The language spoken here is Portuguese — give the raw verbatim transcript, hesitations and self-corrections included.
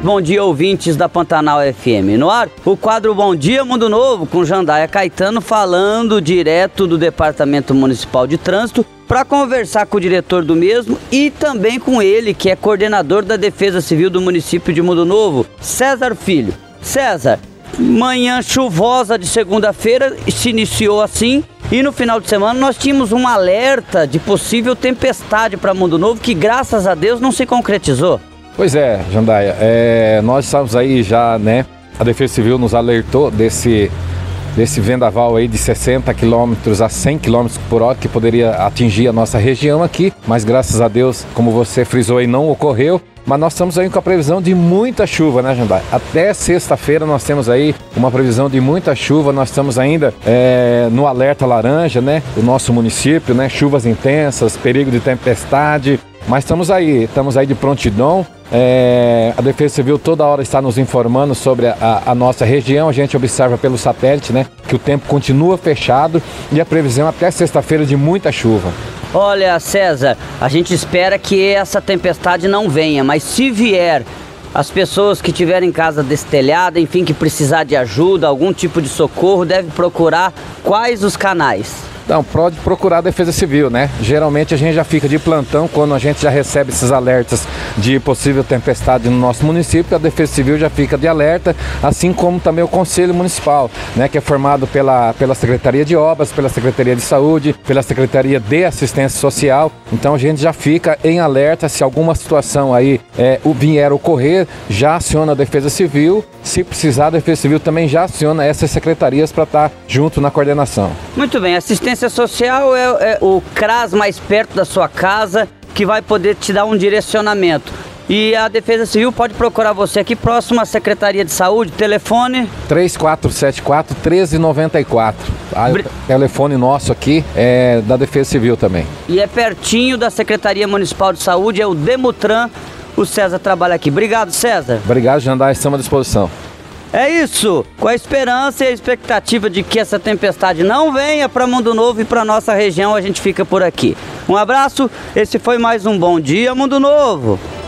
Bom dia, ouvintes da Pantanal F M. No ar, o quadro Bom Dia Mundo Novo, com Jandaia Caetano falando direto do Departamento Municipal de Trânsito para conversar com o diretor do mesmo e também com ele, que é coordenador da Defesa Civil do município de Mundo Novo, César Filho. César, manhã chuvosa de segunda-feira se iniciou assim e no final de semana nós tínhamos um alerta de possível tempestade para Mundo Novo que, graças a Deus, não se concretizou. Pois é, Jandaia, é, nós estamos aí já, né, a Defesa Civil nos alertou desse, desse vendaval aí de sessenta quilômetros a cem quilômetros por hora que poderia atingir a nossa região aqui, mas graças a Deus, como você frisou aí, não ocorreu. Mas nós estamos aí com a previsão de muita chuva, né, Jandaia? Até sexta-feira nós temos aí uma previsão de muita chuva, nós estamos ainda é, no alerta laranja, né, do nosso município, né, chuvas intensas, perigo de tempestade, mas estamos aí, estamos aí de prontidão. É, a Defesa Civil toda hora está nos informando sobre a, a nossa região. A gente observa pelo satélite, né, que o tempo continua fechado e a previsão até sexta-feira de muita chuva. Olha, César, a gente espera que essa tempestade não venha, mas se vier, as pessoas que tiverem casa destelhada, enfim, que precisar de ajuda, algum tipo de socorro, deve procurar quais os canais? Então, pode procurar a Defesa Civil, né? Geralmente a gente já fica de plantão quando a gente já recebe esses alertas de possível tempestade no nosso município. A Defesa Civil já fica de alerta, assim como também o Conselho Municipal, né? Que é formado pela, pela Secretaria de Obras, pela Secretaria de Saúde, pela Secretaria de Assistência Social. Então a gente já fica em alerta. Se alguma situação aí é, vier ocorrer, já aciona a Defesa Civil. Se precisar, a Defesa Civil também já aciona essas secretarias para estar junto na coordenação. Muito bem, assistência social é, é o CRAS mais perto da sua casa que vai poder te dar um direcionamento. E a Defesa Civil pode procurar você aqui próximo à Secretaria de Saúde, telefone... três quatro sete quatro, um três nove quatro. O telefone nosso aqui é da Defesa Civil também. E é pertinho da Secretaria Municipal de Saúde, é o Demutran. O César trabalha aqui. Obrigado, César. Obrigado, Jandaia, estamos à disposição. É isso, com a esperança e a expectativa de que essa tempestade não venha para Mundo Novo e para nossa região, a gente fica por aqui. Um abraço, esse foi mais um Bom Dia Mundo Novo.